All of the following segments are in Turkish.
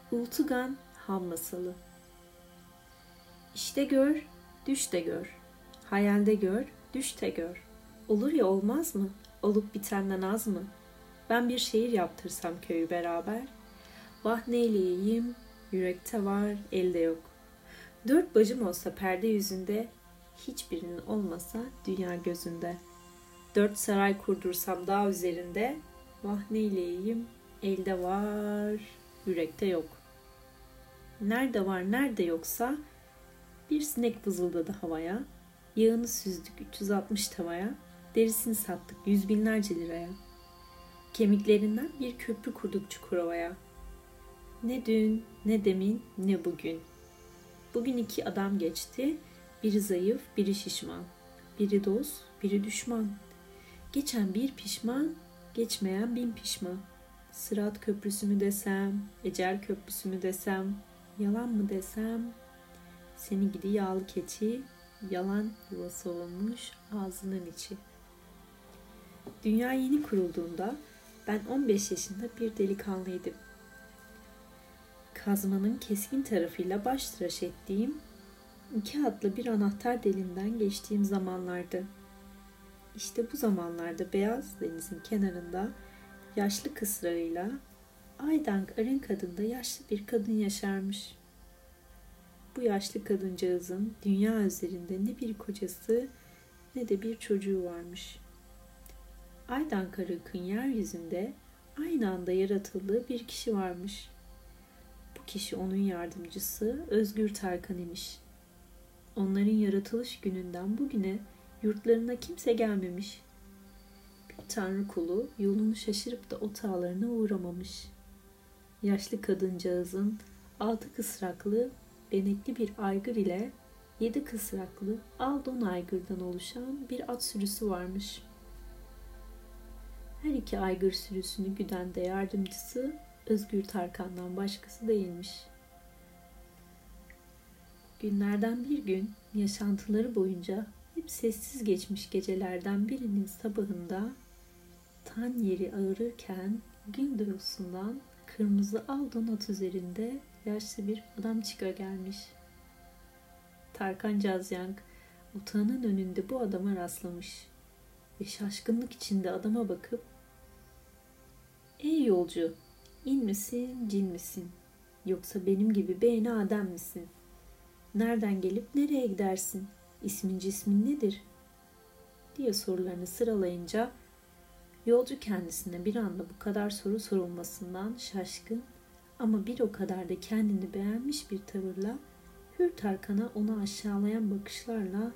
Ultugan Ham Masalı. İşte gör, düş de gör. Hayalde gör, düş de gör. Olur ya olmaz mı? Olup bitenden az mı? Ben bir şehir yaptırsam köyü beraber. Vah neyleyeyim, yürekte var, elde yok. 4 bacım olsa perde yüzünde, hiçbirinin olmasa dünya gözünde. 4 saray kurdursam dağ üzerinde, vah neyleyeyim, elde var, yürekte yok. Nerede var, nerede yoksa, bir sinek vızıldadı havaya, yağını süzdük 360 tavaya, derisini sattık 100 binlerce liraya. Kemiklerinden bir köprü kurduk Çukurova'ya. Ne dün, ne demin, ne bugün. Bugün 2 adam geçti, biri zayıf, biri şişman. Biri dost, biri düşman. Geçen bir pişman, geçmeyen 1000 pişman. Sırat köprüsü mü desem, ecel köprüsü mü desem, yalan mı desem, seni gidi yağlı keçi, yalan yuvası olmuş ağzının içi. Dünya yeni kurulduğunda ben 15 yaşında bir delikanlıydım. Kazmanın keskin tarafıyla baş tıraş ettiğim, 2 atlı bir anahtar deliğinden geçtiğim zamanlardı. İşte bu zamanlarda Beyaz Deniz'in kenarında yaşlı kısrağıyla Aydank Arık adında yaşlı bir kadın yaşarmış. Bu yaşlı kadıncağızın dünya üzerinde ne bir kocası ne de bir çocuğu varmış. Aydank Arık'ın yeryüzünde aynı anda yaratıldığı bir kişi varmış. Bu kişi onun yardımcısı Özgür Tarkan imiş. Onların yaratılış gününden bugüne yurtlarına kimse gelmemiş. Bir tanrı kulu yolunu şaşırıp da otağlarına uğramamış. Yaşlı kadıncağızın 6 kısraklı benekli bir aygır ile 7 kısraklı aldon aygırdan oluşan bir at sürüsü varmış. Her 2 aygır sürüsünü güden de yardımcısı Özgür Tarkan'dan başkası değilmiş. Günlerden bir gün yaşantıları boyunca hep sessiz geçmiş gecelerden birinin sabahında tan yeri ağırırken gün doğusundan kırmızı aldon at üzerinde yaşlı bir adam çıka gelmiş. Tarkan Cazyank otağının önünde bu adama rastlamış ve şaşkınlık içinde adama bakıp "Ey yolcu, in misin, cin misin? Yoksa benim gibi beyni Adem misin? Nereden gelip nereye gidersin? İsmin cismin nedir?" diye sorularını sıralayınca yolcu kendisine bir anda bu kadar soru sorulmasından şaşkın ama bir o kadar da kendini beğenmiş bir tavırla Hür Tarkan'a onu aşağılayan bakışlarla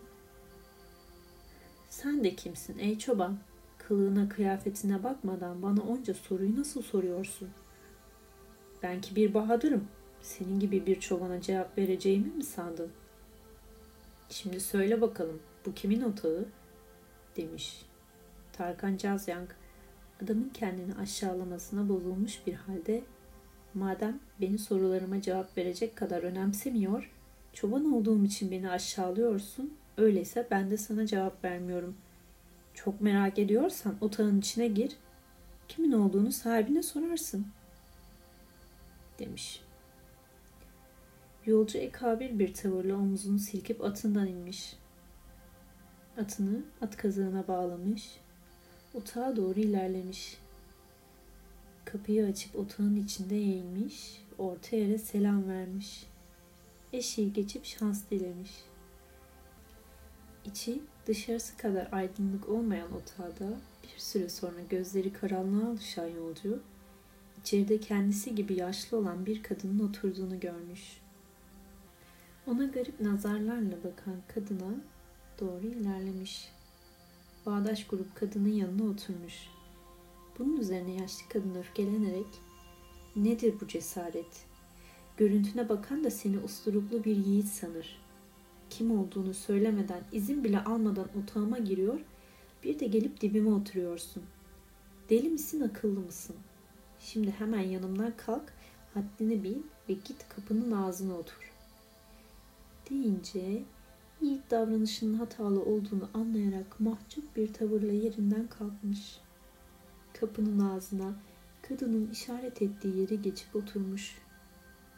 "Sen de kimsin ey çoban? Kılığına kıyafetine bakmadan bana onca soruyu nasıl soruyorsun? Ben ki bir bahadırım. Senin gibi bir çobana cevap vereceğimi mi sandın? Şimdi söyle bakalım, bu kimin otağı?" demiş. Tarkan Cazyank adamın kendini aşağılamasına bozulmuş bir halde "Madem beni sorularıma cevap verecek kadar önemsemiyor, çoban olduğum için beni aşağılıyorsun, öyleyse ben de sana cevap vermiyorum. Çok merak ediyorsan otağın içine gir, kimin olduğunu sahibine sorarsın," demiş. Yolcu ekabil bir tavırla omuzunu silkip atından inmiş. Atını at kazığına bağlamış, otağa doğru ilerlemiş. Kapıyı açıp otağın içinde eğilmiş, orta yere selam vermiş. Eşiği geçip şans dilemiş. İçi dışarısı kadar aydınlık olmayan otağda bir süre sonra gözleri karanlığa alışan yolcu, içeride kendisi gibi yaşlı olan bir kadının oturduğunu görmüş. Ona garip nazarlarla bakan kadına doğru ilerlemiş. Bağdaş kurup kadının yanına oturmuş. Bunun üzerine yaşlı kadın öfkelenerek "Nedir bu cesaret? Görüntüne bakan da seni usturuplu bir yiğit sanır. Kim olduğunu söylemeden, izin bile almadan otağıma giriyor, bir de gelip dibime oturuyorsun. Deli misin, akıllı mısın? Şimdi hemen yanımdan kalk, haddini bil ve git kapının ağzına otur," deyince yiğit davranışının hatalı olduğunu anlayarak mahcup bir tavırla yerinden kalkmış. Kapının ağzına kadının işaret ettiği yere geçip oturmuş.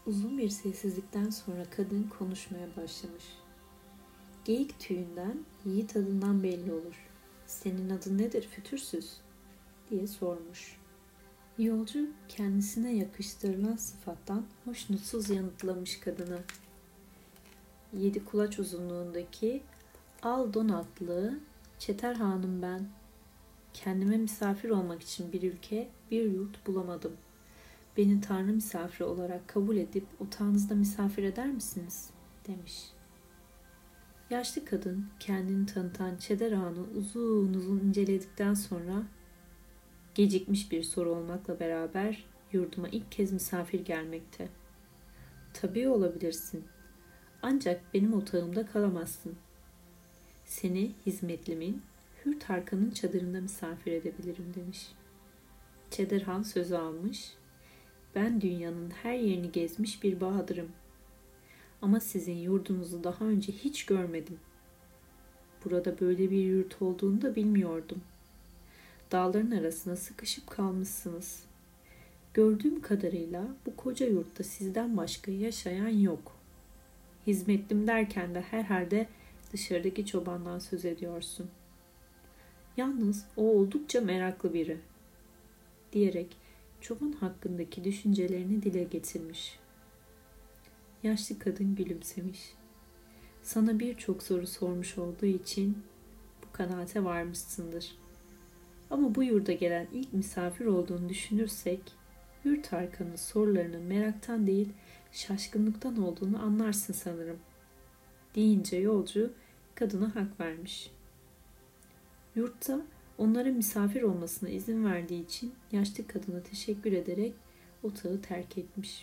Uzun bir sessizlikten sonra kadın konuşmaya başlamış. Geyik tüyünden, yiğit adından belli olur. Senin adın nedir fütursuz? Diye sormuş. Yolcu kendisine yakıştırılan sıfattan hoşnutsuz yanıtlamış kadını. 7 kulaç uzunluğundaki Aldon adlı Çeter Hanım ben. Kendime misafir olmak için bir ülke, bir yurt bulamadım. Beni Tanrı misafiri olarak kabul edip otağınızda misafir eder misiniz? Demiş. Yaşlı kadın kendini tanıtan Çeder Ağa'nı uzun uzun inceledikten sonra gecikmiş bir soru olmakla beraber yurduma ilk kez misafir gelmekte. Tabii olabilirsin. Ancak benim otağımda kalamazsın. Seni hizmetlimin Hür Tarkan'ın çadırında misafir edebilirim demiş. Çeder Han sözü almış. Ben dünyanın her yerini gezmiş bir bahadırım. Ama sizin yurdunuzu daha önce hiç görmedim. Burada böyle bir yurt olduğunu da bilmiyordum. Dağların arasına sıkışıp kalmışsınız. Gördüğüm kadarıyla bu koca yurtta sizden başka yaşayan yok. Hizmetlim derken de herhalde dışarıdaki çobandan söz ediyorsun. Yalnız o oldukça meraklı biri. Diyerek çoban hakkındaki düşüncelerini dile getirmiş. Yaşlı kadın gülümsemiş. Sana birçok soru sormuş olduğu için bu kanaate varmışsındır. Ama bu yurda gelen ilk misafir olduğunu düşünürsek, Hür Tarkan'ın sorularının meraktan değil, şaşkınlıktan olduğunu anlarsın sanırım. Deyince yolcu kadına hak vermiş. Yurtta onlara misafir olmasına izin verdiği için yaşlı kadına teşekkür ederek otağı terk etmiş.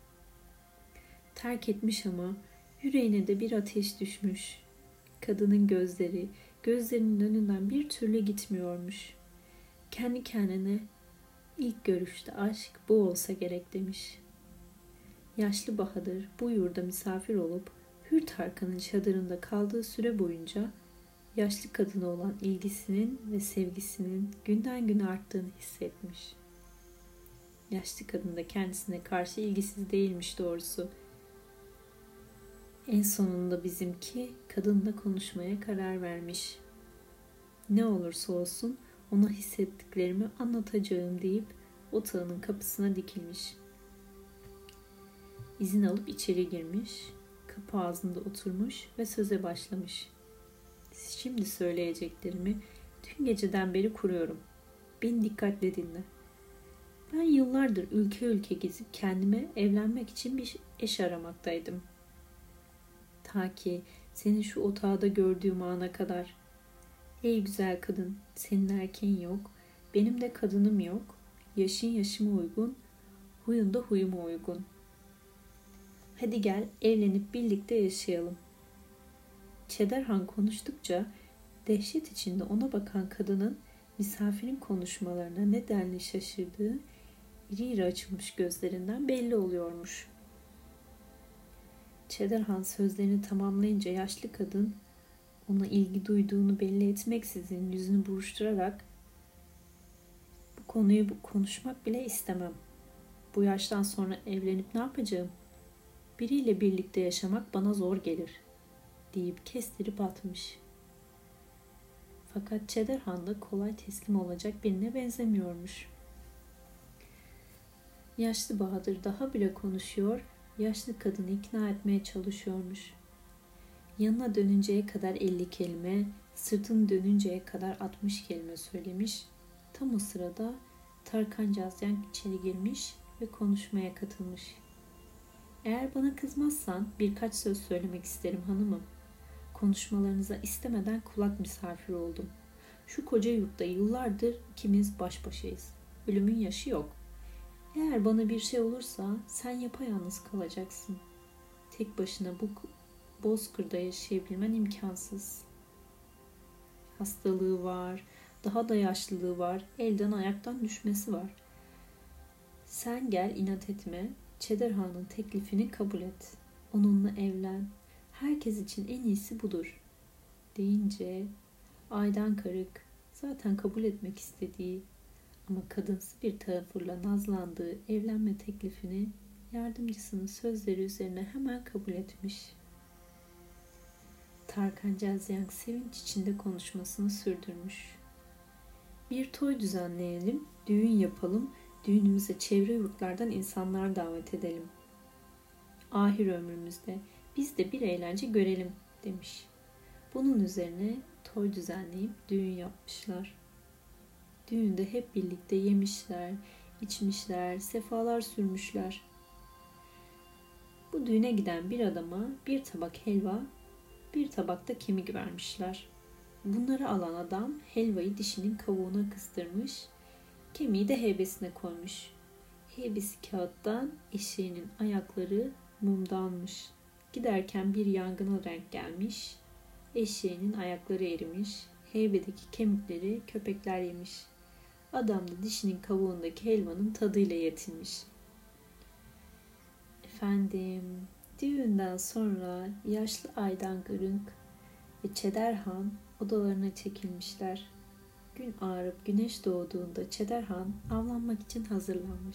Terk etmiş ama yüreğine de bir ateş düşmüş. Kadının gözlerinin önünden bir türlü gitmiyormuş. Kendi kendine ilk görüşte aşk bu olsa gerek demiş. Yaşlı Bahadır bu yurda misafir olup Hür Tarkan'ın çadırında kaldığı süre boyunca yaşlı kadına olan ilgisinin ve sevgisinin günden güne arttığını hissetmiş. Yaşlı kadın da kendisine karşı ilgisiz değilmiş doğrusu. En sonunda bizimki kadınla konuşmaya karar vermiş. Ne olursa olsun ona hissettiklerimi anlatacağım deyip otağının kapısına dikilmiş. İzin alıp içeri girmiş, kapı ağzında oturmuş ve söze başlamış. Şimdi söyleyeceklerimi dün geceden beri kuruyorum. Beni dikkatle dinle. Ben yıllardır ülke ülke gezip kendime evlenmek için bir eş aramaktaydım. Ta ki seni şu otağda gördüğüm ana kadar. Ey güzel kadın, senin erkeğin yok, benim de kadınım yok. Yaşın yaşıma uygun, huyun da huyuma uygun. Hadi gel evlenip birlikte yaşayalım. Çeder Han konuştukça dehşet içinde ona bakan kadının misafirin konuşmalarına nedenle şaşırdığı iri iri açılmış gözlerinden belli oluyormuş. Çeder Han sözlerini tamamlayınca yaşlı kadın ona ilgi duyduğunu belli etmeksizin yüzünü buruşturarak bu konuyu konuşmak bile istemem. Bu yaştan sonra evlenip ne yapacağım? Biriyle birlikte yaşamak bana zor gelir deyip kestirip atmış. Fakat Çeder Han da kolay teslim olacak birine benzemiyormuş. Yaşlı Bahadır daha bile konuşuyor, yaşlı kadını ikna etmeye çalışıyormuş. Yanına dönünceye kadar 50 kelime, sırtını dönünceye kadar 60 kelime söylemiş. Tam o sırada Tarkan Cazyan içeri girmiş ve konuşmaya katılmış. Eğer bana kızmazsan birkaç söz söylemek isterim hanımım. Konuşmalarınıza istemeden kulak misafir oldum. Şu koca yurtta yıllardır ikimiz baş başayız. Ölümün yaşı yok. Eğer bana bir şey olursa sen yapayalnız kalacaksın. Tek başına bu bozkırda yaşayabilmen imkansız. Hastalığı var, daha da yaşlılığı var, elden ayaktan düşmesi var. Sen gel inat etme, Çeder Han'ın teklifini kabul et. Onunla evlen. Herkes için en iyisi budur. Deyince Aydan Karık zaten kabul etmek istediği ama kadınsı bir tavırla nazlandığı evlenme teklifini yardımcısının sözleri üzerine hemen kabul etmiş. Tarkan Cazyank sevinç içinde konuşmasını sürdürmüş. Bir toy düzenleyelim, düğün yapalım, düğünümüze çevre yurtlardan insanlar davet edelim. Ahir ömrümüzde biz de bir eğlence görelim demiş. Bunun üzerine toy düzenleyip düğün yapmışlar. Düğünde hep birlikte yemişler, içmişler, sefalar sürmüşler. Bu düğüne giden bir adama bir tabak helva, bir tabak da kemik vermişler. Bunları alan adam helvayı dişinin kavuğuna kıstırmış, kemiği de heybesine koymuş. Heybesi kağıttan, eşeğinin ayakları mumdanmış. Giderken bir yangına renk gelmiş, eşeğinin ayakları erimiş, heybedeki kemikleri köpekler yemiş. Adam da dişinin kavuğundaki helvanın tadıyla yetinmiş. Efendim, düğünden sonra yaşlı Aydan Gırınk ve Çederhan odalarına çekilmişler. Gün ağarıp güneş doğduğunda Çederhan avlanmak için hazırlanmış.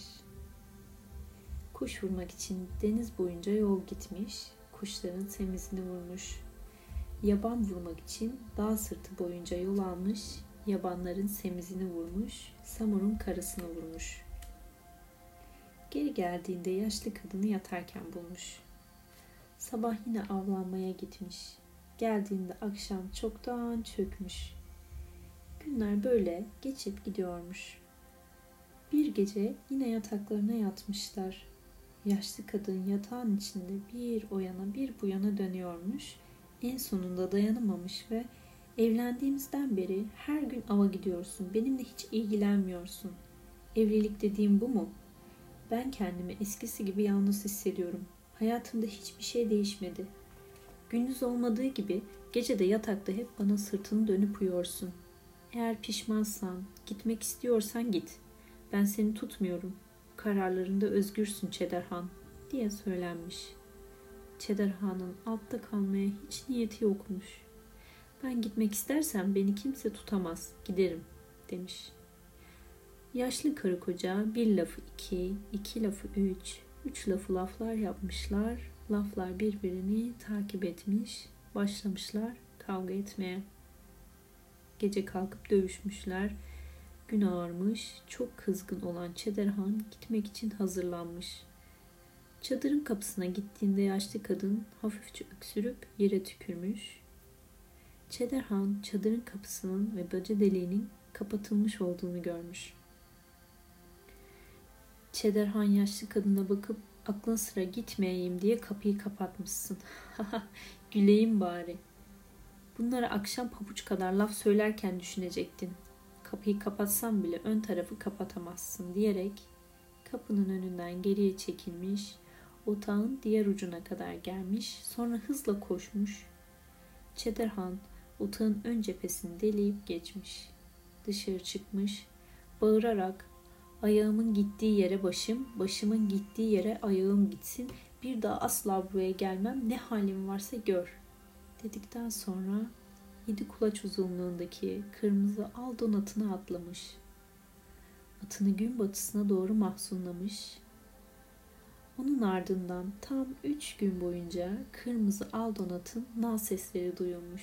Kuş vurmak için deniz boyunca yol gitmiş, kuşların semizini vurmuş. Yaban vurmak için dağ sırtı boyunca yol almış, yabanların semizini vurmuş, samurun karısını vurmuş. Geri geldiğinde yaşlı kadını yatarken bulmuş. Sabah yine avlanmaya gitmiş. Geldiğinde akşam çoktan çökmüş. Günler böyle geçip gidiyormuş. Bir gece yine yataklarına yatmışlar. Yaşlı kadın yatağın içinde bir o yana bir bu yana dönüyormuş. En sonunda dayanamamış ve evlendiğimizden beri her gün ava gidiyorsun. Benimle hiç ilgilenmiyorsun. Evlilik dediğim bu mu? Ben kendimi eskisi gibi yalnız hissediyorum. Hayatımda hiçbir şey değişmedi. Gündüz olmadığı gibi gece de yatakta hep bana sırtını dönüp uyuyorsun. Eğer pişmansan, gitmek istiyorsan git. Ben seni tutmuyorum. Kararlarında özgürsün Çederhan diye söylenmiş. Çederhan'ın altta kalmaya hiç niyeti yokmuş. Ben gitmek istersem beni kimse tutamaz, giderim demiş. Yaşlı karı koca bir lafı iki, iki lafı üç, üç lafı laflar yapmışlar. Laflar birbirini takip etmiş, başlamışlar kavga etmeye. Gece kalkıp dövüşmüşler. Gün ağarmış, çok kızgın olan Çederhan gitmek için hazırlanmış. Çadırın kapısına gittiğinde yaşlı kadın hafifçe öksürüp yere tükürmüş. Çederhan çadırın kapısının ve baca deliğinin kapatılmış olduğunu görmüş. Çederhan yaşlı kadına bakıp aklın sıra gitmeyeyim diye kapıyı kapatmışsın. Güleyim bari. Bunları akşam pabuç kadar laf söylerken düşünecektin. Kapıyı kapatsan bile ön tarafı kapatamazsın diyerek kapının önünden geriye çekilmiş, otağın diğer ucuna kadar gelmiş, sonra hızla koşmuş. Çederhan otağın ön cephesini deleyip geçmiş. Dışarı çıkmış, bağırarak ayağımın gittiği yere başım, başımın gittiği yere ayağım gitsin, bir daha asla buraya gelmem, ne halim varsa gör dedikten sonra 7 kulaç uzunluğundaki kırmızı aldon atına atlamış. Atını gün batısına doğru mahzunlamış. Onun ardından tam 3 gün boyunca kırmızı aldon atın nal sesleri duyulmuş.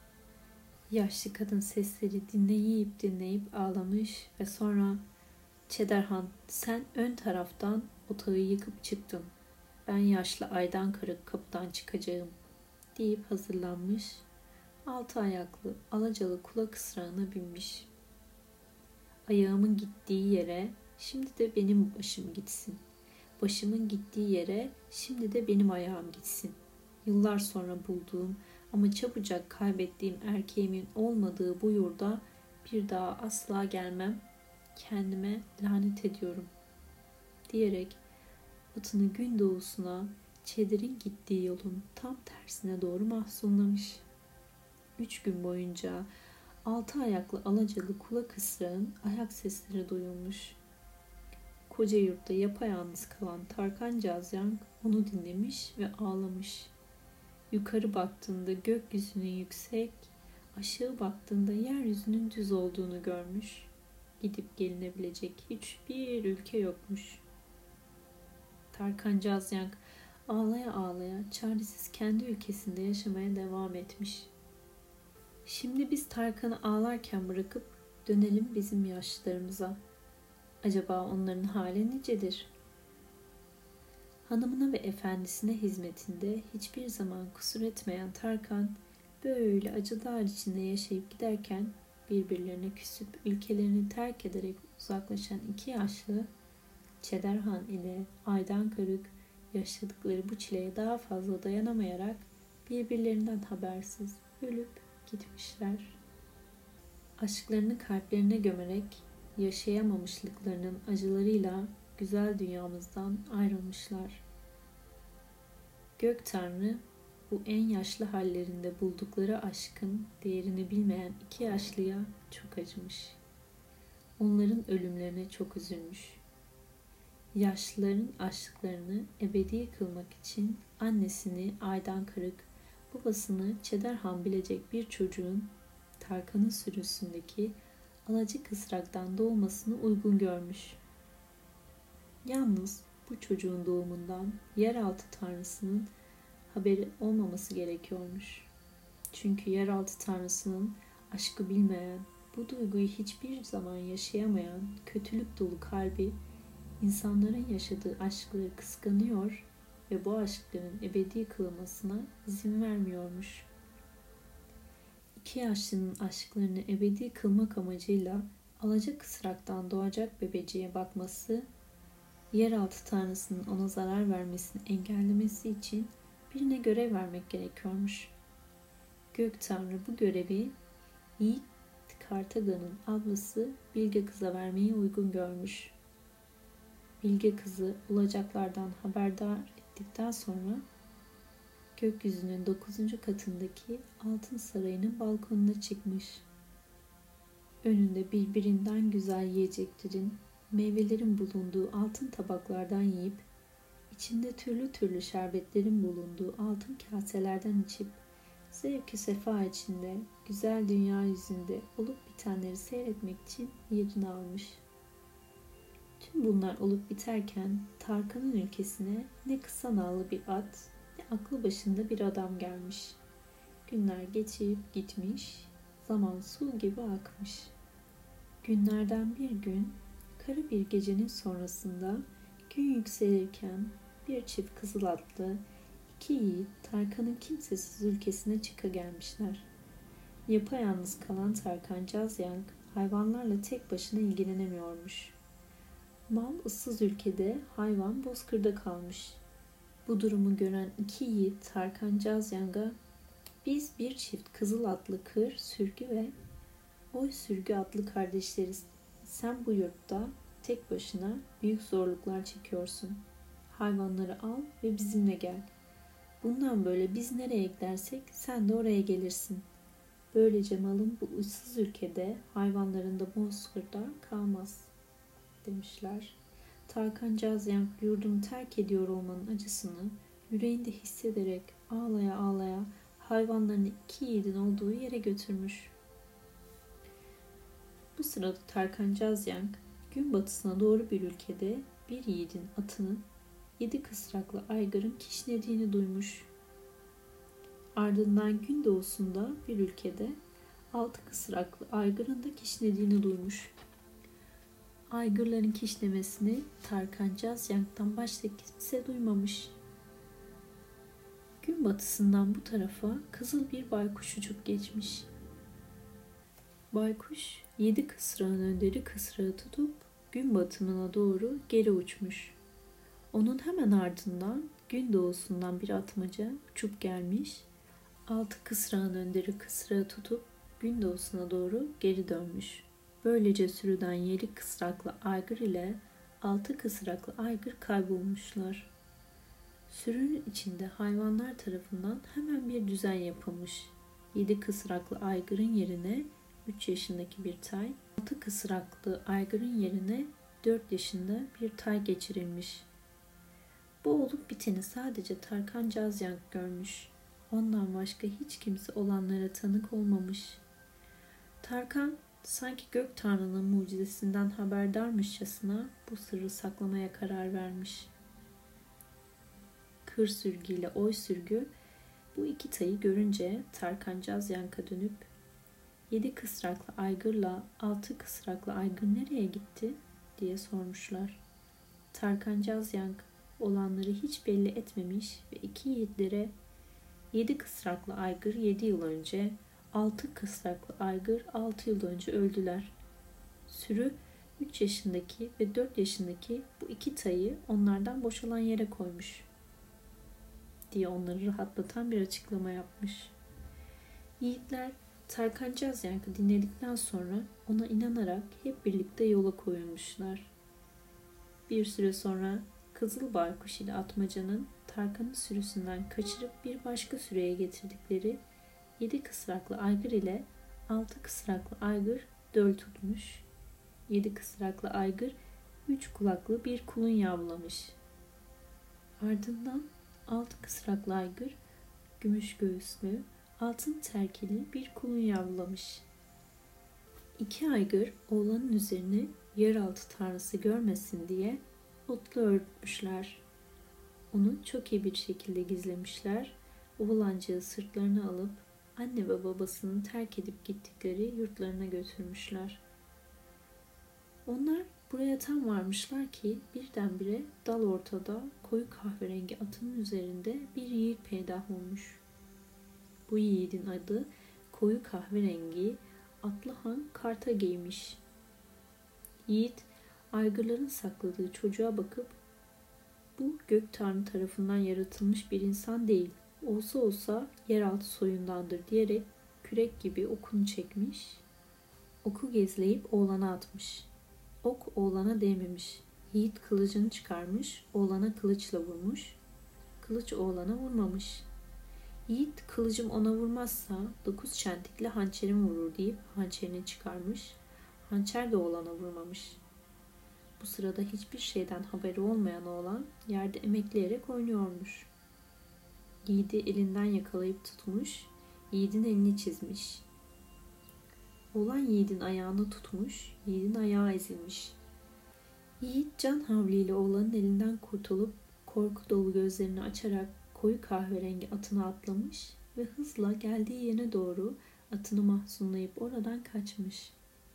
Yaşlı kadın sesleri dinleyip ağlamış ve sonra Çederhan, sen ön taraftan otağı yıkıp çıktın. Ben yaşlı aydan kırık kapıdan çıkacağım deyip hazırlanmış. Altı ayaklı alacalı kulak ısrağına binmiş. Ayağımın gittiği yere şimdi de benim başım gitsin. Başımın gittiği yere şimdi de benim ayağım gitsin. Yıllar sonra bulduğum ama çabucak kaybettiğim erkeğimin olmadığı bu yurda bir daha asla gelmem. Kendime lanet ediyorum diyerek atını gün doğusuna çedirin gittiği yolun tam tersine doğru mahzunlamış. 3 gün boyunca 6 ayaklı alacalı kulak ısrağın ayak sesleri duyulmuş. Koca yurtta yapayalnız kalan Tarkan Cazyank onu dinlemiş ve ağlamış. Yukarı baktığında gökyüzünün yüksek, aşağı baktığında yeryüzünün düz olduğunu görmüş. Gidip gelinebilecek hiçbir ülke yokmuş. Tarkan Cazyank ağlaya ağlaya çaresiz kendi ülkesinde yaşamaya devam etmiş. Şimdi biz Tarkan'ı ağlarken bırakıp dönelim bizim yaşlılarımıza. Acaba onların hali nicedir? Hanımına ve efendisine hizmetinde hiçbir zaman kusur etmeyen Tarkan, böyle acılar içinde yaşayıp giderken birbirlerine küsüp ülkelerini terk ederek uzaklaşan iki yaşlı, Çederhan ile Aydankörük yaşadıkları bu çileye daha fazla dayanamayarak birbirlerinden habersiz ölüp gitmişler. Aşklarını kalplerine gömerek yaşayamamışlıklarının acılarıyla güzel dünyamızdan ayrılmışlar. Gök Tanrı bu en yaşlı hallerinde buldukları aşkın değerini bilmeyen iki yaşlıya çok acımış. Onların ölümlerine çok üzülmüş. Yaşlıların aşklarını ebedi kılmak için annesini Aydankırık, babasını Çederhan bilecek bir çocuğun Tarkan'ın sürüsündeki alacı kısraktan doğmasını uygun görmüş. Yalnız bu çocuğun doğumundan yeraltı tanrısının haberi olmaması gerekiyormuş. Çünkü yeraltı tanrısının aşkı bilmeyen, bu duyguyu hiçbir zaman yaşayamayan kötülük dolu kalbi insanların yaşadığı aşkları kıskanıyor ve bu aşkların ebedi kılınmasına izin vermiyormuş. İki yaşlının aşklarını ebedi kılmak amacıyla alacak kısraktan doğacak bebeciğe bakması, yeraltı tanrısının ona zarar vermesini engellemesi için birine görev vermek gerekiyormuş. Gök Tanrı bu görevi Yiğit Kartagan'ın ablası Bilge Kız'a vermeyi uygun görmüş. Bilge Kız'ı olacaklardan haberdar ettikten sonra gökyüzünün 9. katındaki altın sarayının balkonuna çıkmış. Önünde birbirinden güzel yiyeceklerin, meyvelerin bulunduğu altın tabaklardan yiyip, içinde türlü türlü şerbetlerin bulunduğu altın kaselerden içip, zevk-i sefa içinde, güzel dünya yüzünde olup bitenleri seyretmek için yerini almış. Tüm bunlar olup biterken Tarkan'ın ülkesine ne kısa nallı bir at, ne aklı başında bir adam gelmiş. Günler geçip gitmiş, zaman su gibi akmış. Günlerden bir gün, kara bir gecenin sonrasında gün yükselirken bir çift kızıl atlı iki yiğit Tarkan'ın kimsesiz ülkesine çıka gelmişler. Yapayalnız kalan Tarkan Cazyank hayvanlarla tek başına ilgilenemiyormuş. Mal ıssız ülkede, hayvan bozkırda kalmış. Bu durumu gören iki yiğit Tarkan Cazyank'a "Biz bir çift kızıl atlı kır, sürgü ve oy sürgü atlı kardeşleriz. Sen bu yurtta tek başına büyük zorluklar çekiyorsun. Hayvanları al ve bizimle gel. Bundan böyle biz nereye gidersek sen de oraya gelirsin. Böylece malın bu ıssız ülkede, hayvanların da bozkırda kalmaz," demişler. Tarkan Cazyank yurdunu terk ediyor olmanın acısını yüreğinde hissederek ağlaya ağlaya hayvanlarını iki yiğidin olduğu yere götürmüş. Bu sırada Tarkan Cazyank gün batısına doğru bir ülkede bir yiğidin atının 7 kısraklı aygırın kişnediğini duymuş. Ardından gün doğusunda bir ülkede 6 kısraklı aygırın da kişnediğini duymuş. Aygırların kişnemesini Tarkan Cazyank'tan başka kimse duymamış. Gün batısından bu tarafa kızıl bir baykuş uçup geçmiş. Baykuş 7 kısrağın önderi kısrağı tutup gün batımına doğru geri uçmuş. Onun hemen ardından gün doğusundan bir atmaca uçup gelmiş. 6 kısrağın önderi kısrağı tutup gün doğusuna doğru geri dönmüş. Böylece sürüden 7 kısraklı aygır ile 6 kısraklı aygır kaybolmuşlar. Sürünün içinde hayvanlar tarafından hemen bir düzen yapılmış. 7 kısraklı aygırın yerine 3 yaşındaki bir tay, 6 kısraklı aygırın yerine 4 yaşında bir tay geçirilmiş. Bu olup biteni sadece Tarkan Cazyank görmüş. Ondan başka hiç kimse olanlara tanık olmamış. Tarkan sanki Gök Tanrı'nın mucizesinden haberdarmışçasına bu sırrı saklamaya karar vermiş. Hır sürgü ile oy sürgü bu iki tayı görünce Tarkancağız Yank'a dönüp 7 kısraklı aygırla 6 kısraklı aygır nereye gitti diye sormuşlar. Tarkancağız Yank olanları hiç belli etmemiş ve iki yiğitlere 7 kısraklı aygır 7 yıl önce, 6 kısraklı aygır 6 yıl önce öldüler. Sürü 3 yaşındaki ve 4 yaşındaki bu iki tayı onlardan boşalan yere koymuş diye onları rahatlatan bir açıklama yapmış. Yiğitler Tarkancağız Yank'ı dinledikten sonra ona inanarak hep birlikte yola koyulmuşlar. Bir süre sonra Kızıl Baykuş ile Atmaca'nın Tarkan'ın sürüsünden kaçırıp bir başka süreye getirdikleri 7 kısraklı aygır ile 6 kısraklı aygır döl tutmuş. 7 kısraklı aygır 3 kulaklı bir kulun yavlamış. Ardından 6 kısraklı aygır gümüş göğüslü, altın terkili bir kulun yavlamış. 2 aygır oğlanın üzerine yeraltı tanrısı görmesin diye otla örtmüşler. Onu çok iyi bir şekilde gizlemişler. Oğlancığı sırtlarına alıp anne ve babasının terk edip gittikleri yurtlarına götürmüşler. Onlar buraya tam varmışlar ki birdenbire dal ortada koyu kahverengi atının üzerinde bir yiğit peydah olmuş. Bu yiğidin adı koyu kahverengi Atlıhan Kartagey'miş. Yiğit aygırların sakladığı çocuğa bakıp bu gök tanrı tarafından yaratılmış bir insan değil, olsa olsa yeraltı soyundandır diyerek kürek gibi okunu çekmiş, oku gezleyip oğlana atmış. Ok oğlana değmemiş. Yiğit kılıcını çıkarmış, oğlana kılıçla vurmuş. Kılıç oğlana vurmamış. Yiğit kılıcım ona vurmazsa 9 çentikle hançerim vurur deyip hançerini çıkarmış. Hançer de oğlana vurmamış. Bu sırada hiçbir şeyden haberi olmayan oğlan yerde emekleyerek oynuyormuş. Yiğidi elinden yakalayıp tutmuş, yiğidin elini çizmiş. Oğlan yiğidin ayağını tutmuş, yiğidin ayağı ezilmiş. Yiğit can havliyle oğlanın elinden kurtulup korku dolu gözlerini açarak koyu kahverengi atına atlamış ve hızla geldiği yere doğru atını mahzunlayıp oradan kaçmış.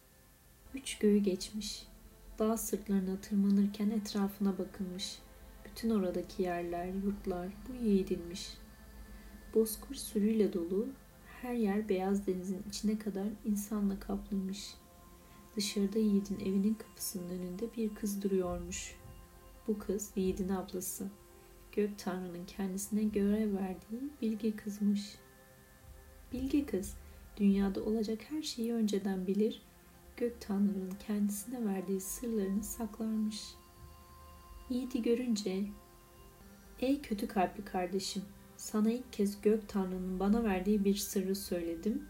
3 göğü geçmiş. Dağ sırtlarına tırmanırken etrafına bakınmış. Bütün oradaki yerler, yurtlar bu yiğidinmiş. Bozkır sürüyle dolu, her yer beyaz denizin içine kadar insanla kaplıymış. Dışarıda yiğidin evinin kapısının önünde bir kız duruyormuş. Bu kız yiğidin ablası. Gök Tanrı'nın kendisine görev verdiği bilge kızmış. Bilge kız, dünyada olacak her şeyi önceden bilir, Gök Tanrı'nın kendisine verdiği sırlarını saklarmış. Yiğidi görünce, ''Ey kötü kalpli kardeşim, sana ilk kez Gök Tanrı'nın bana verdiği bir sırrı söyledim.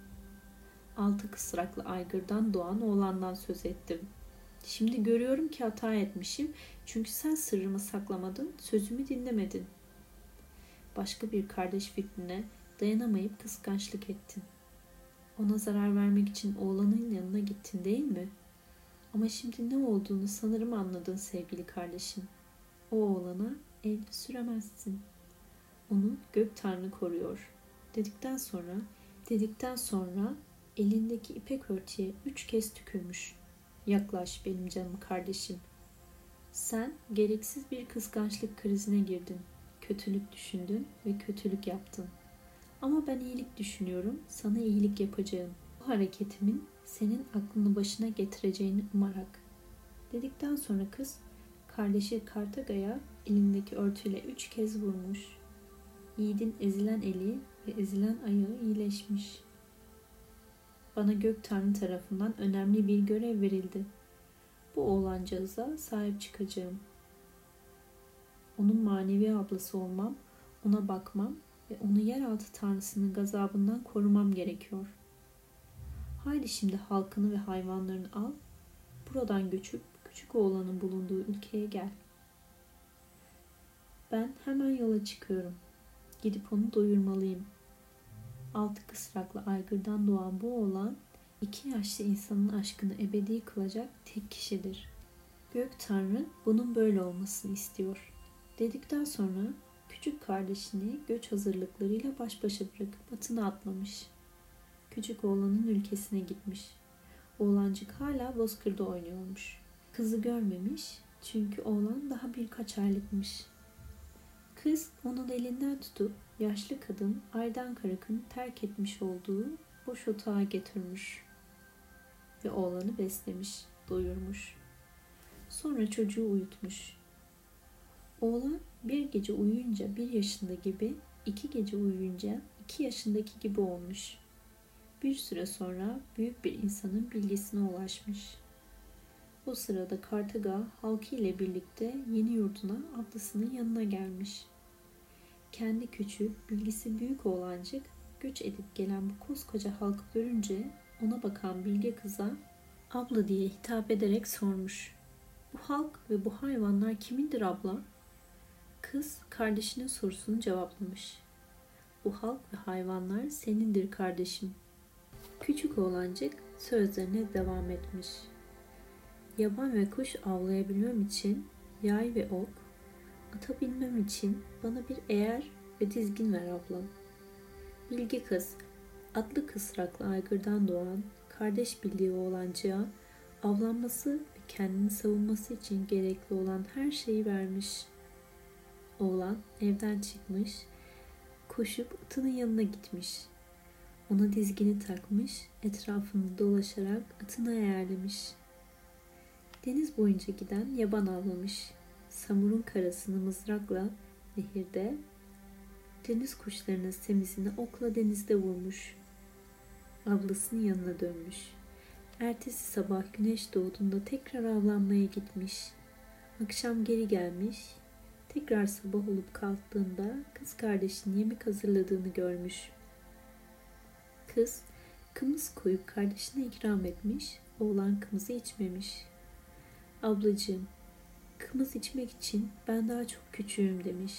6 kısraklı aygırdan doğan oğlandan söz ettim. Şimdi görüyorum ki hata etmişim, çünkü sen sırrımı saklamadın, sözümü dinlemedin. Başka bir kardeş fikrine dayanamayıp kıskançlık ettin. Ona zarar vermek için oğlanın yanına gittin değil mi? Ama şimdi ne olduğunu sanırım anladın sevgili kardeşim. O oğlana el süremezsin. Onu Gök Tanrı koruyor. Dedikten sonra elindeki ipek örtüye 3 kez tükürmüş. Yaklaş benim canım kardeşim. Sen gereksiz bir kıskançlık krizine girdin. Kötülük düşündün ve kötülük yaptın. Ama ben iyilik düşünüyorum, sana iyilik yapacağım. Bu hareketimin senin aklını başına getireceğini umarak. Dedikten sonra kız kardeşi Kartaga'ya elindeki örtüyle 3 kez vurmuş. Yiğidin ezilen eli ve ezilen ayağı iyileşmiş. Bana Gök Tanrı tarafından önemli bir görev verildi. Bu oğlancağıza sahip çıkacağım. Onun manevi ablası olmam, ona bakmam ve onu yeraltı tanrısının gazabından korumam gerekiyor. Haydi şimdi halkını ve hayvanlarını al, buradan göçüp küçük oğlanın bulunduğu ülkeye gel. Ben hemen yola çıkıyorum. Gidip onu doyurmalıyım. 6 kısraklı aygırdan doğan bu oğlan 2 yaşlı insanın aşkını ebedi kılacak tek kişidir. Gök Tanrı bunun böyle olmasını istiyor. Dedikten sonra Küçük kardeşini göç hazırlıklarıyla baş başa bırakıp atına atlamış. Küçük oğlanın ülkesine gitmiş. Oğlancık hala bozkırda oynuyormuş. Kızı görmemiş çünkü oğlan daha birkaç aylıkmış. Kız onun elinden tutup yaşlı kadın Aydan Karak'ın terk etmiş olduğu boş otağa getirmiş ve oğlanı beslemiş, doyurmuş. Sonra çocuğu uyutmuş. Oğlan bir gece uyuyunca 1 yaşında gibi, 2 gece uyuyunca 2 yaşındaki gibi olmuş. Bir süre sonra büyük bir insanın bilgisine ulaşmış. O sırada Kartaga halkı ile birlikte yeni yurduna ablasının yanına gelmiş. Kendi küçük, bilgisi büyük oğlancık göç edip gelen bu koskoca halkı görünce ona bakan bilge kıza abla diye hitap ederek sormuş. Bu halk ve bu hayvanlar kimindir abla? Kız kardeşinin sorusunu cevaplamış. Bu halk ve hayvanlar senindir kardeşim. Küçük oğlancık sözlerine devam etmiş. Yaban ve kuş avlayabilmem için yay ve ok, ata binmem için bana bir eğer ve dizgin ver ablam. Bilge kız, atlı kısraklı aygırdan doğan, kardeş bildiği oğlancığa avlanması ve kendini savunması için gerekli olan her şeyi vermiş. Oğlan evden çıkmış, koşup atının yanına gitmiş. Ona dizgini takmış, etrafını dolaşarak atına eğerlemiş. Deniz boyunca giden yaban avlamış. Samurun karasını mızrakla nehirde, deniz kuşlarının semizini okla denizde vurmuş. Ablasının yanına dönmüş. Ertesi sabah güneş doğduğunda tekrar avlanmaya gitmiş. Akşam geri gelmiş. Tekrar sabah olup kalktığında kız kardeşinin yemek hazırladığını görmüş. Kız kımız koyup kardeşine ikram etmiş. Oğlan kımızı içmemiş. Ablacığım, kımız içmek için ben daha çok küçüğüm demiş.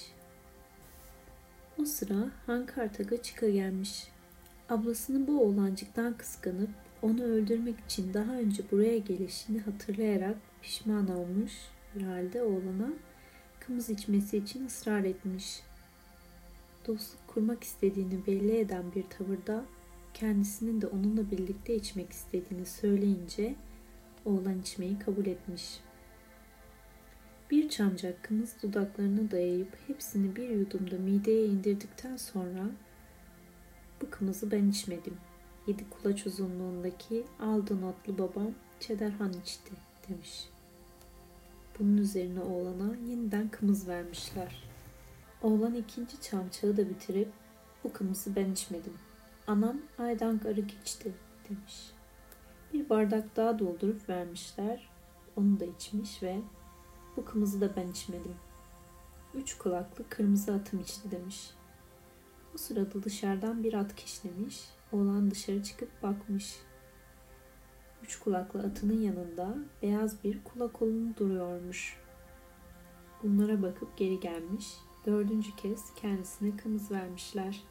O sıra Han Kartaga çıka gelmiş. Ablasını bu oğlancıktan kıskanıp onu öldürmek için daha önce buraya gelişini hatırlayarak pişman olmuş bir halde oğlana kımız içmesi için ısrar etmiş. Dostluk kurmak istediğini belli eden bir tavırda kendisinin de onunla birlikte içmek istediğini söyleyince oğlan içmeyi kabul etmiş. Bir çamcak kımız dudaklarına dayayıp hepsini bir yudumda mideye indirdikten sonra bu kımızı ben içmedim. 7 kulaç uzunluğundaki Aldın atlı babam Çederhan içti demiş. Bunun üzerine oğlana yeniden kımız vermişler. Oğlan ikinci çamçağı da bitirip bu kımızı ben içmedim. Anam Aydan Karık içti demiş. Bir bardak daha doldurup vermişler. Onu da içmiş ve bu kımızı da ben içmedim. 3 kulaklı kırmızı atım içti demiş. O sırada dışarıdan bir at kişnemiş. Oğlan dışarı çıkıp bakmış. 3 kulaklı atının yanında beyaz bir kulak olunu duruyormuş. Bunlara bakıp geri gelmiş. 4. kez kendisine kımız vermişler.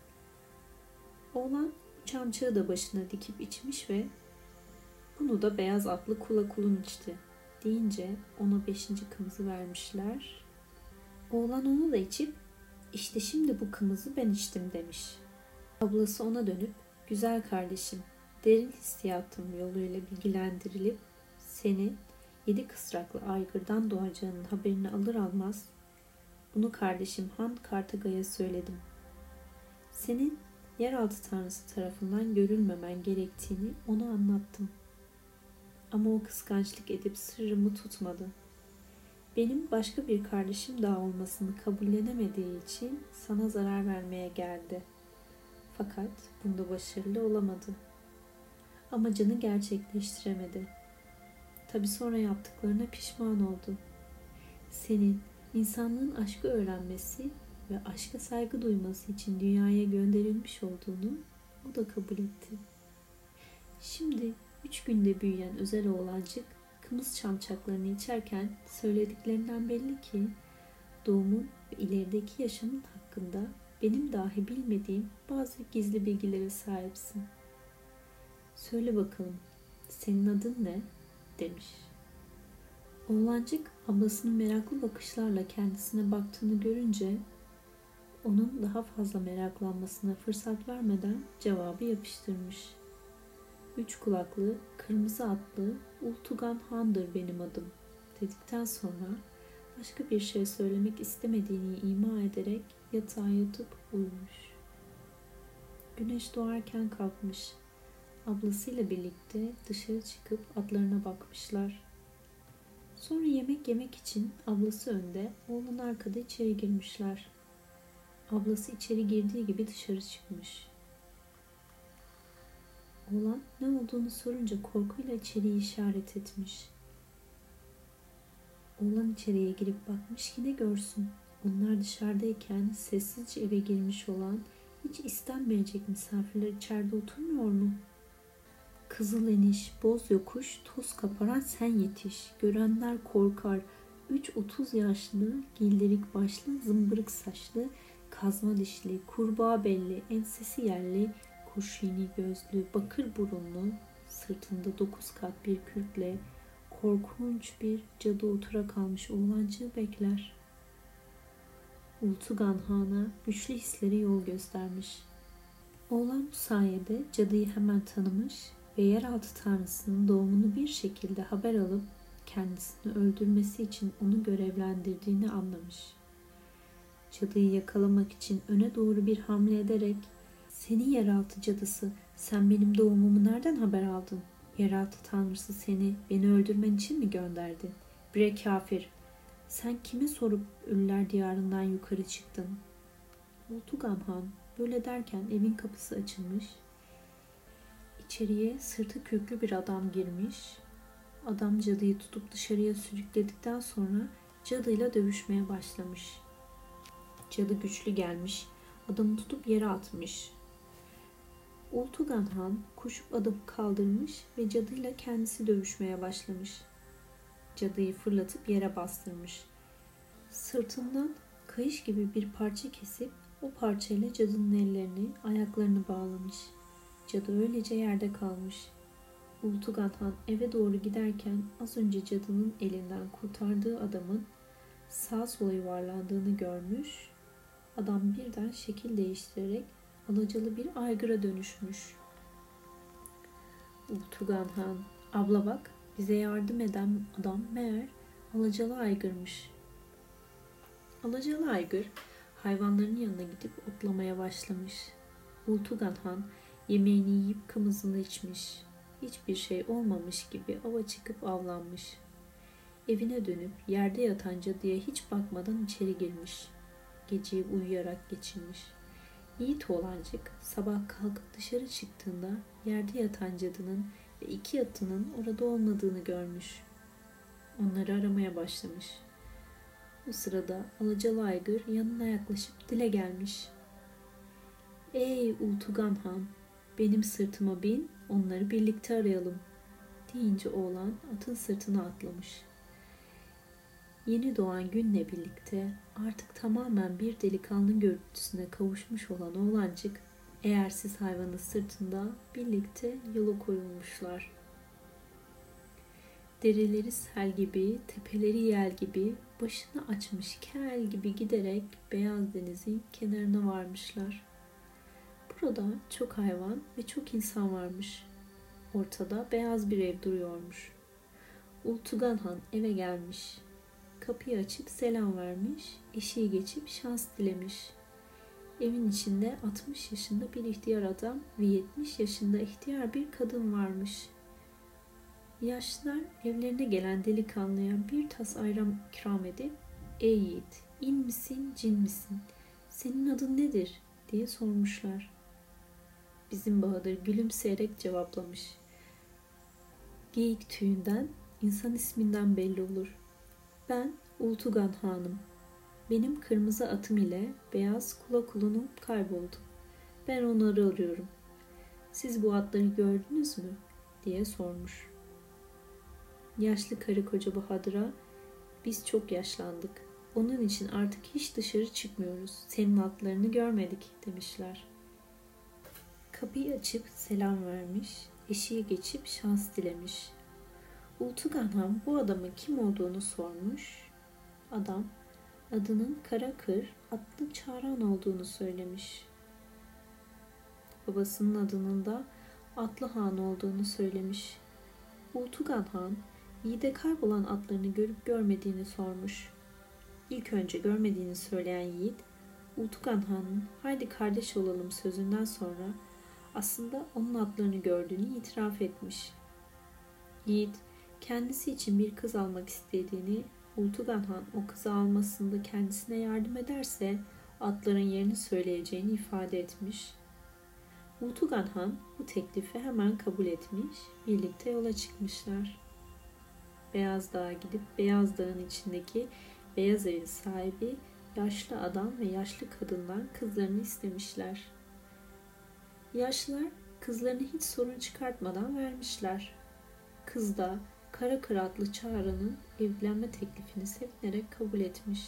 Oğlan çamçağı da başına dikip içmiş ve bunu da beyaz atlı kulak olun içti deyince ona 5. kımızı vermişler. Oğlan onu da içip işte şimdi bu kımızı ben içtim demiş. Ablası ona dönüp güzel kardeşim derin hissiyatım yoluyla bilgilendirilip seni 7 kısraklı aygırdan doğacağının haberini alır almaz bunu kardeşim Han Kartaga'ya söyledim. Senin yeraltı tanrısı tarafından görülmemen gerektiğini ona anlattım. Ama o kıskançlık edip sırrımı tutmadı. Benim başka bir kardeşim daha olmasını kabullenemediği için sana zarar vermeye geldi. Fakat bunda başarılı olamadı. Amacını gerçekleştiremedi. Tabii sonra yaptıklarına pişman oldu. Senin insanlığın aşkı öğrenmesi ve aşka saygı duyması için dünyaya gönderilmiş olduğunu o da kabul etti. Şimdi 3 günde büyüyen özel oğlancık kımız çamçaklarını içerken söylediklerinden belli ki doğumun ve ilerideki yaşamın hakkında benim dahi bilmediğim bazı gizli bilgilere sahipsin. Söyle bakalım senin adın ne? Demiş. Oğlancık ablasının meraklı bakışlarla kendisine baktığını görünce Onun daha fazla meraklanmasına fırsat vermeden cevabı yapıştırmış. Üç kulaklı, kırmızı atlı Ultugan Han'dır benim adım dedikten sonra başka bir şey söylemek istemediğini ima ederek yatağa yatıp uyumuş. Güneş doğarken kalkmış. Ablasıyla birlikte dışarı çıkıp atlarına bakmışlar. Sonra yemek yemek için ablası önde, oğlan arkada içeri girmişler. Ablası içeri girdiği gibi dışarı çıkmış. Oğlan ne olduğunu sorunca korkuyla içeriye işaret etmiş. Oğlan içeriye girip bakmış ki ne görsün. Onlar dışarıdayken sessizce eve girmiş olan hiç istenmeyecek misafirler içeride oturmuyor mu? Kızıl eniş, boz yokuş, toz kaparan sen yetiş. Görenler korkar. 3-30 yaşlı, gildirik başlı, zımbırık saçlı, kazma dişli, kurbağa belli, ensesi yerli, kurşuni gözlü, bakır burunlu, sırtında 9 kat bir kürkle, korkunç bir cadı otura kalmış oğlancığı bekler. Ultugan Han'a güçlü hisleri yol göstermiş. Oğlan bu sayede cadıyı hemen tanımış ve yeraltı tanrısının doğumunu bir şekilde haber alıp kendisini öldürmesi için onu görevlendirdiğini anlamış. Cadıyı yakalamak için öne doğru bir hamle ederek "Seni yeraltı cadısı, sen benim doğumumu nereden haber aldın? Yeraltı tanrısı seni beni öldürmen için mi gönderdi? Bre kafir, sen kime sorup ölüler diyarından yukarı çıktın?" Ultugan Han böyle derken evin kapısı açılmış. İçeriye sırtı kürklü bir adam girmiş. Adam cadıyı tutup dışarıya sürükledikten sonra cadıyla dövüşmeye başlamış. Cadı güçlü gelmiş, adamı tutup yere atmış. Ultugan Han koşup adamı kaldırmış ve cadıyla kendisi dövüşmeye başlamış. Cadıyı fırlatıp yere bastırmış. Sırtından kayış gibi bir parça kesip o parçayla cadının ellerini, ayaklarını bağlamış. Cadı öylece yerde kalmış. Ultugan Han eve doğru giderken az önce cadının elinden kurtardığı adamın sağa sola yuvarlandığını görmüş. Adam birden şekil değiştirerek alacalı bir aygıra dönüşmüş. Ultugan Han, abla bak, bize yardım eden adam meğer alacalı aygırmış. Alacalı aygır hayvanların yanına gidip otlamaya başlamış. Ultugan Han yemeğini yiyip kımızını içmiş. Hiçbir şey olmamış gibi ava çıkıp avlanmış. Evine dönüp yerde yatan cadıya hiç bakmadan içeri girmiş. Geceyi uyuyarak geçirmiş. Yiğit oğlancık sabah kalkıp dışarı çıktığında yerde yatan cadının ve 2 atının orada olmadığını görmüş. Onları aramaya başlamış. Bu sırada alacalı aygır yanına yaklaşıp dile gelmiş. "Ey Ultugan Han, benim sırtıma bin, onları birlikte arayalım." deyince oğlan atın sırtına atlamış. Yeni doğan günle birlikte artık tamamen bir delikanlı görüntüsüne kavuşmuş olan oğlancık eğersiz hayvanın sırtında birlikte yola koyulmuşlar. Dereleri sel gibi, tepeleri yel gibi, başını açmış kel gibi giderek Beyaz Deniz'in kenarına varmışlar. Burada çok hayvan ve çok insan varmış. Ortada beyaz bir ev duruyormuş. Ultugan Han eve gelmiş. Kapıyı açıp selam vermiş, eşiği geçip şans dilemiş. Evin içinde 60 yaşında bir ihtiyar adam ve 70 yaşında ihtiyar bir kadın varmış. Yaşlılar evlerine gelen delikanlıya bir tas ayran ikram edip "Ey yiğit, in misin, cin misin? Senin adın nedir?" diye sormuşlar. Bizim Bahadır gülümseyerek cevaplamış. "Geyik tüyünden, insan isminden belli olur. Ben Ultugan Hanım. Benim kırmızı atım ile beyaz kula kulunum kayboldu. Ben onları arıyorum. Siz bu atları gördünüz mü?" diye sormuş. Yaşlı karı koca Bahadır'a "Biz çok yaşlandık. Onun için artık hiç dışarı çıkmıyoruz. Senin atlarını görmedik," demişler. Kapıyı açıp selam vermiş, eşiğe geçip şans dilemiş. Ultugan Han bu adamın kim olduğunu sormuş. Adam, adının Karakır atlı Çağran olduğunu söylemiş. Babasının adının da Atlı Han olduğunu söylemiş. Ultugan Han, Yiğit'e kaybolan atlarını görüp görmediğini sormuş. İlk önce görmediğini söyleyen Yiğit, Ultugan Han'ın haydi kardeş olalım sözünden sonra aslında onun atlarını gördüğünü itiraf etmiş. Yiğit, kendisi için bir kız almak istediğini, Ultugan Han o kızı almasında kendisine yardım ederse atların yerini söyleyeceğini ifade etmiş. Ultugan Han bu teklifi hemen kabul etmiş, birlikte yola çıkmışlar. Beyaz Dağ'a gidip Beyaz Dağ'ın içindeki Beyaz Evin sahibi yaşlı adam ve yaşlı kadından kızlarını istemişler. Yaşlılar kızlarını hiç sorun çıkartmadan vermişler. Kız da Kara Kıratlı Çağrı'nın evlenme teklifini sevinerek kabul etmiş.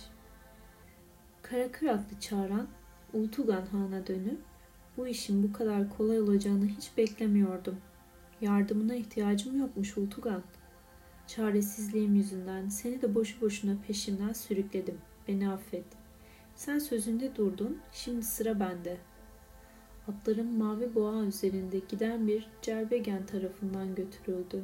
Kara Kıratlı Çağran, Ultugan Han'a dönüp bu işin bu kadar kolay olacağını hiç beklemiyordum. Yardımına ihtiyacım yokmuş Ultugan. Çaresizliğim yüzünden seni de boşu boşuna peşimden sürükledim. Beni affet. Sen sözünde durdun, şimdi sıra bende. Atların mavi boğa üzerinde giden bir cerbegen tarafından götürüldü.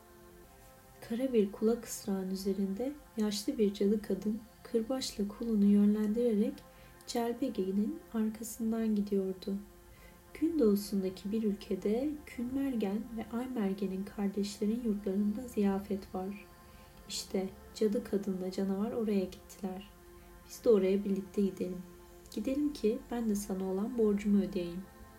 Kara bir kulak ısrağın üzerinde yaşlı bir cadı kadın kırbaçla kulunu yönlendirerek cerbegenin arkasından gidiyordu. Gündoğusundaki bir ülkede Külmergen ve Aymergen'in kardeşlerin yurtlarında ziyafet var. İşte cadı kadınla canavar oraya gittiler. Biz de oraya birlikte gidelim. Gidelim ki ben de sana olan borcumu ödeyeyim.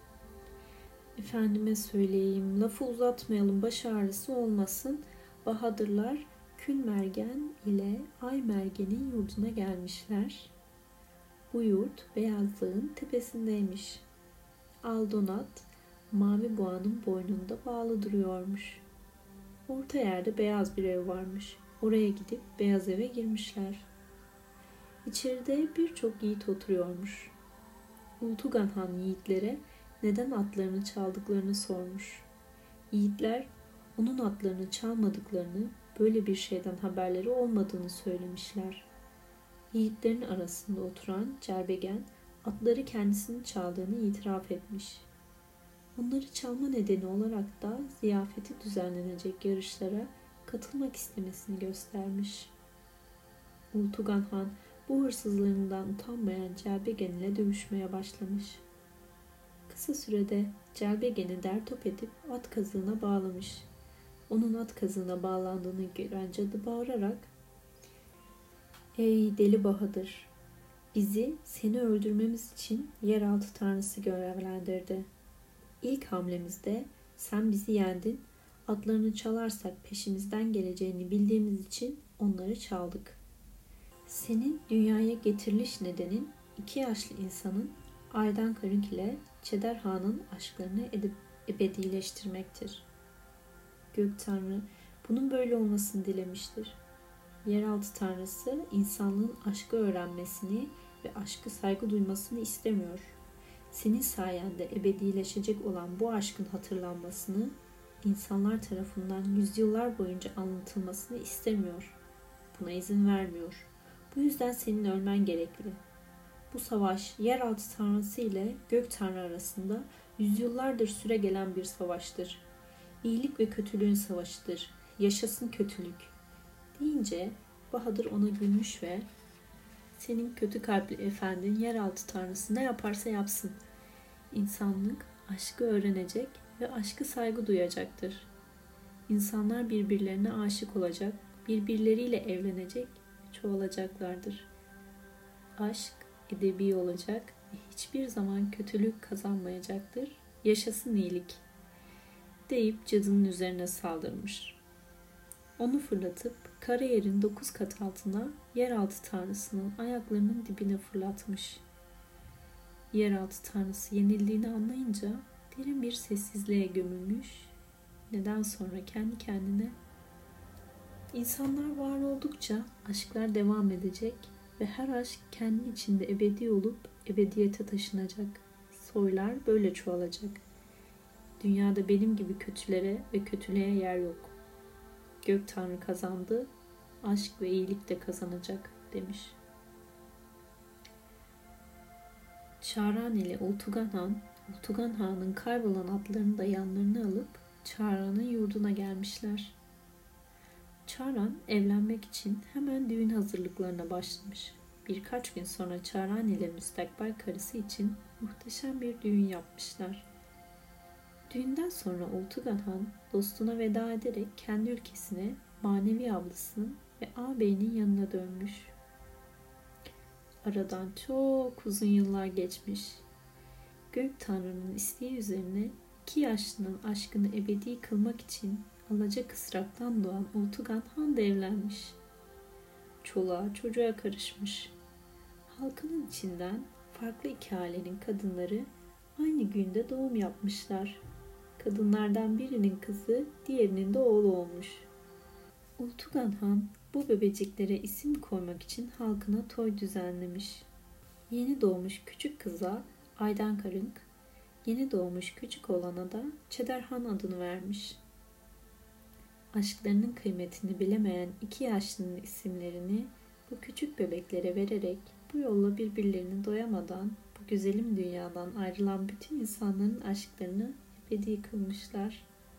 Efendime söyleyeyim, lafı uzatmayalım, baş ağrısı olmasın. Bahadırlar Külmergen ile Aymergen'in yurduna gelmişler. Bu yurt Beyazlığın tepesindeymiş. Aldonat, mavi boğanın boynunda bağlı duruyormuş. Orta yerde beyaz bir ev varmış. Oraya gidip beyaz eve girmişler. İçeride birçok yiğit oturuyormuş. Ultugan Han yiğitlere neden atlarını çaldıklarını sormuş. Yiğitler onun atlarını çalmadıklarını, böyle bir şeyden haberleri olmadığını söylemişler. Yiğitlerin arasında oturan Cerbegen atları kendisinin çaldığını itiraf etmiş. Onları çalma nedeni olarak da ziyafeti düzenlenecek yarışlara katılmak istemesini göstermiş. Ultugan Han bu hırsızlığından utanmayan Cerbegen ile dövüşmeye başlamış. Kısa sürede Cerbegen'i dertop edip at kazığına bağlamış. Onun at kazığına bağlandığını gören cadı bağırarak "Ey deli Bahadır! Bizi seni öldürmemiz için yeraltı tanrısı görevlendirdi. İlk hamlemizde sen bizi yendin, atlarını çalarsak peşimizden geleceğini bildiğimiz için onları çaldık. Senin dünyaya getiriliş nedenin iki yaşlı insanın Aydan Karınk ile Çeder Han'ın aşklarını ebedileştirmektir. Gök Tanrı bunun böyle olmasını dilemiştir. Yeraltı Tanrısı insanlığın aşkı öğrenmesini ve aşkı saygı duymasını istemiyor. Senin sayende ebedileşecek olan bu aşkın hatırlanmasını insanlar tarafından yüzyıllar boyunca anlatılmasını istemiyor. Buna izin vermiyor. Bu yüzden senin ölmen gerekli. Bu savaş yeraltı tanrısı ile gök tanrı arasında yüzyıllardır süre gelen bir savaştır. İyilik ve kötülüğün savaşıdır. Yaşasın kötülük. Deyince Bahadır ona gülmüş ve senin kötü kalpli efendin yeraltı tanrısı ne yaparsa yapsın. İnsanlık aşkı öğrenecek ve aşkı saygı duyacaktır. İnsanlar birbirlerine aşık olacak, birbirleriyle evlenecek, çoğalacaklardır. Aşk edebi olacak ve hiçbir zaman kötülük kazanmayacaktır. Yaşasın iyilik deyip cadının üzerine saldırmış. Onu fırlatıp kara yerin 9 kat altına yeraltı tanrısının ayaklarının dibine fırlatmış. Yeraltı tanrısı yenildiğini anlayınca derin bir sessizliğe gömülmüş. Neden sonra kendi kendine İnsanlar var oldukça aşklar devam edecek ve her aşk kendi içinde ebedi olup ebediyete taşınacak. Soylar böyle çoğalacak. Dünyada benim gibi kötülere ve kötülüğe yer yok. Gök Tanrı kazandı, aşk ve iyilik de kazanacak demiş. Çağran ile Ultugan Han, Ultugan Han'ın kaybolan atlarını da yanlarına alıp Çağran'ın yurduna gelmişler. Çağran evlenmek için hemen düğün hazırlıklarına başlamış. Birkaç gün sonra Çağran ile müstakbel karısı için muhteşem bir düğün yapmışlar. Düğünden sonra Ultugan Han dostuna veda ederek kendi ülkesine, manevi ablasının ve ağabeyinin yanına dönmüş. Aradan çok uzun yıllar geçmiş. Gök Tanrı'nın isteği üzerine iki yaşlının aşkını ebedi kılmak için Alacakısrak'tan doğan Ultugan Han da evlenmiş. Çoluğa çocuğa karışmış. Halkının içinden farklı iki ailenin kadınları aynı günde doğum yapmışlar. Kadınlardan birinin kızı, diğerinin de oğlu olmuş. Ultugan Han bu bebeciklere isim koymak için halkına toy düzenlemiş. Yeni doğmuş küçük kıza Aydankarınk, yeni doğmuş küçük oğlana da Çederhan adını vermiş. Aşklarının kıymetini bilemeyen iki yaşlının isimlerini bu küçük bebeklere vererek bu yolla birbirlerini doyamadan bu güzelim dünyadan ayrılan bütün insanların aşklarını ebedi kılmışlar.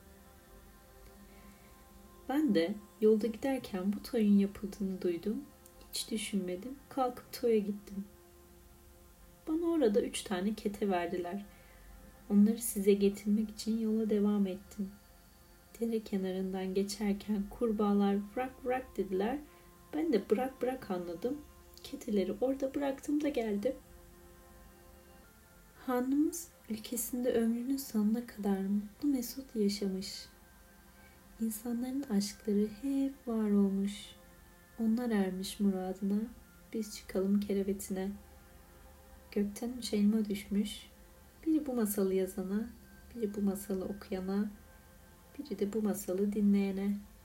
Ben de yolda giderken bu toyun yapıldığını duydum. Hiç düşünmedim. Kalkıp toya gittim. Bana orada 3 tane kete verdiler. Onları size getirmek için yola devam ettim. Dere kenarından geçerken kurbağalar bırak bırak dediler. Ben de bırak bırak anladım. Keteleri orada bıraktım da geldim. Hanımız ülkesinde ömrünün sonuna kadar mutlu mesut yaşamış. İnsanların aşkları hep var olmuş. Onlar ermiş muradına, biz çıkalım kerevetine. Gökten 3 elma düşmüş. Biri bu masalı yazana, biri bu masalı okuyana, biri de bu masalı dinleyene.